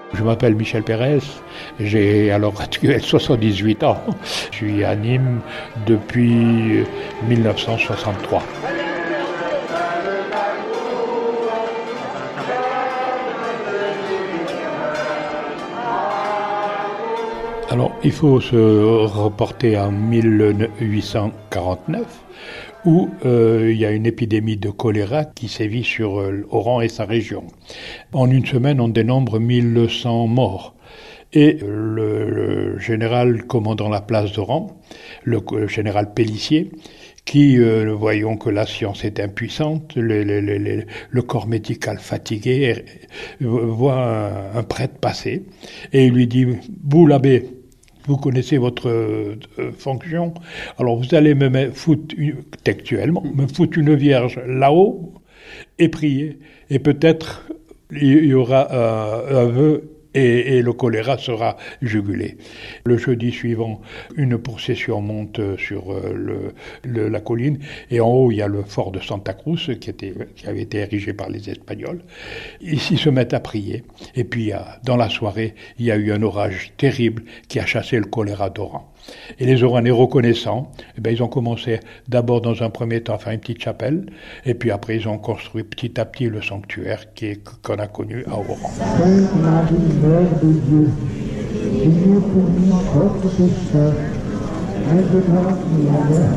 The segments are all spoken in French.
Je m'appelle Michel Pérez, j'ai à l'heure actuelle 78 ans. Je suis à Nîmes depuis 1963. Alors, il faut se reporter en 1849, où il y a une épidémie de choléra qui sévit sur Oran et sa région. En une semaine, on dénombre 1100 morts. Et le général commandant la place d'Oran, le général Pélissier, qui, voyons que la science est impuissante, le corps médical fatigué, voit un prêtre passer et il lui dit « Vous, l'abbé, vous connaissez votre fonction, alors vous allez me foutre textuellement, me foutre une vierge là-haut et prier, et peut-être il y aura un vœu et le choléra sera jugulé. » Le jeudi suivant, une procession monte sur la colline, et en haut il y a le fort de Santa Cruz qui avait été érigé par les Espagnols. Ils se mettent à prier, et puis dans la soirée, il y a eu un orage terrible qui a chassé le choléra d'Oran. Et les Oranais reconnaissants, ils ont commencé d'abord dans un premier temps à faire une petite chapelle, et puis après ils ont construit petit à petit le sanctuaire qu'on a connu à Oran. Sainte Marie, Mère de Dieu, priez pour nous pauvres pécheurs, maintenant et à l'heure.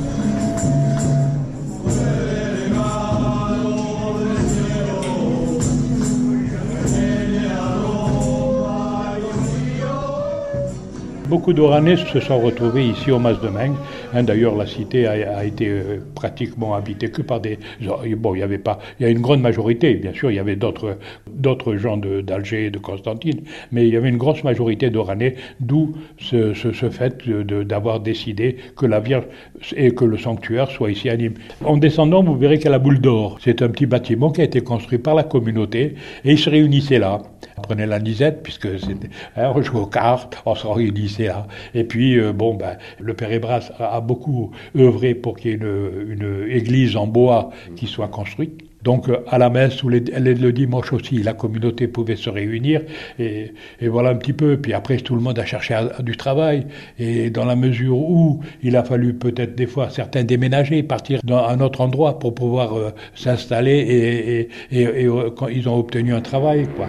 Beaucoup d'Oranais se sont retrouvés ici au Mas de Meng. D'ailleurs, la cité a été pratiquement habitée que par des... Bon, il y a une grande majorité, bien sûr, il y avait d'autres gens d'Alger et de Constantine, mais il y avait une grosse majorité d'Oranais, d'où ce fait d'avoir décidé que la Vierge et que le sanctuaire soit ici à Nîmes. En descendant, vous verrez qu'il y a la Boule d'Or. C'est un petit bâtiment qui a été construit par la communauté et ils se réunissaient là. On prenait la nisette, puisque on jouait aux cartes, on se réunissait là. Et puis, le Père Hébras a beaucoup œuvré pour qu'il y ait une église en bois qui soit construite. Donc, à la messe, ou le dimanche aussi, la communauté pouvait se réunir, et voilà un petit peu. Puis après, tout le monde a cherché du travail, et dans la mesure où il a fallu peut-être des fois certains déménager, partir dans un autre endroit pour pouvoir s'installer, et quand ils ont obtenu un travail, quoi.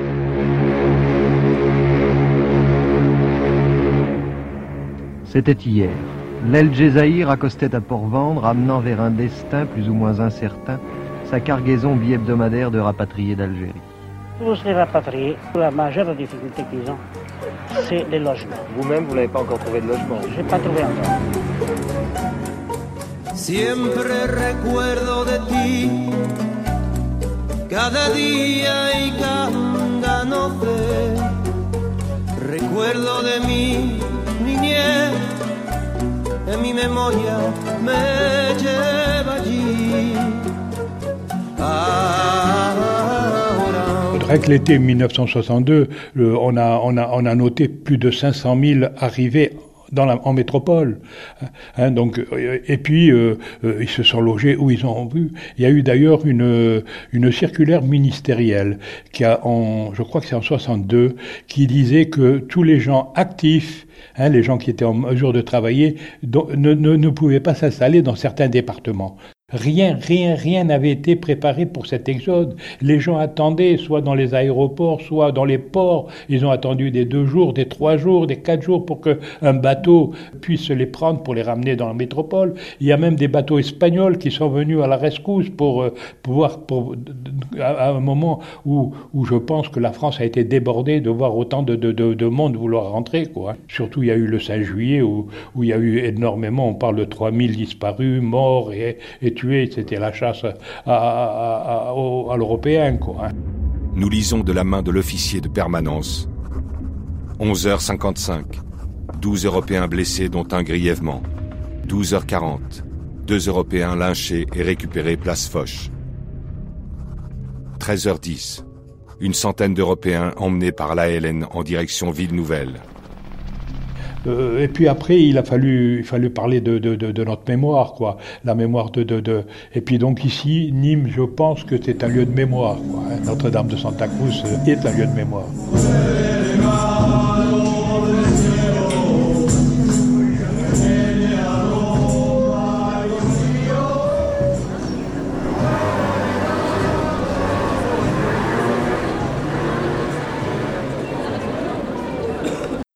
C'était hier. L'El Djezaïr accostait à Port-Vendre, amenant vers un destin plus ou moins incertain sa cargaison bi-hebdomadaire de rapatriés d'Algérie. Tous les rapatriés, la majeure difficulté qu'ils ont, c'est les logements. Vous-même, vous n'avez pas encore trouvé de logement? Je n'ai pas trouvé encore. Siempre recuerdo de ti, cada día y cada noche. Recuerdo de mi niñez, en mi memoria me lleva allí. Avec l'été 1962, on a noté plus de 500 000 arrivées en métropole. Et puis, ils se sont logés où ils ont vu. Il y a eu d'ailleurs une circulaire ministérielle je crois que c'est en 62, qui disait que tous les gens actifs, les gens qui étaient en mesure de travailler, ne pouvaient pas s'installer dans certains départements. Rien n'avait été préparé pour cet exode. Les gens attendaient, soit dans les aéroports, soit dans les ports. Ils ont attendu des 2 jours, des 3 jours, des 4 jours pour qu'un bateau puisse les prendre pour les ramener dans la métropole. Il y a même des bateaux espagnols qui sont venus à la rescousse à un moment où je pense que la France a été débordée de voir autant de monde vouloir rentrer, quoi. Surtout, il y a eu le 5 juillet où il y a eu énormément, on parle de 3000 disparus, morts et tués. C'était la chasse à l'européen, quoi. Nous lisons de la main de l'officier de permanence. 11h55. 12 Européens blessés, dont un grièvement. 12h40. 2 Européens lynchés et récupérés place Foch. 13h10. Une centaine d'Européens emmenés par l'ALN en direction Ville Nouvelle. Et puis après, il fallu parler de notre mémoire, quoi. La mémoire Et puis donc ici, Nîmes, je pense que c'est un lieu de mémoire, quoi. Notre-Dame de Santa Cruz est un lieu de mémoire.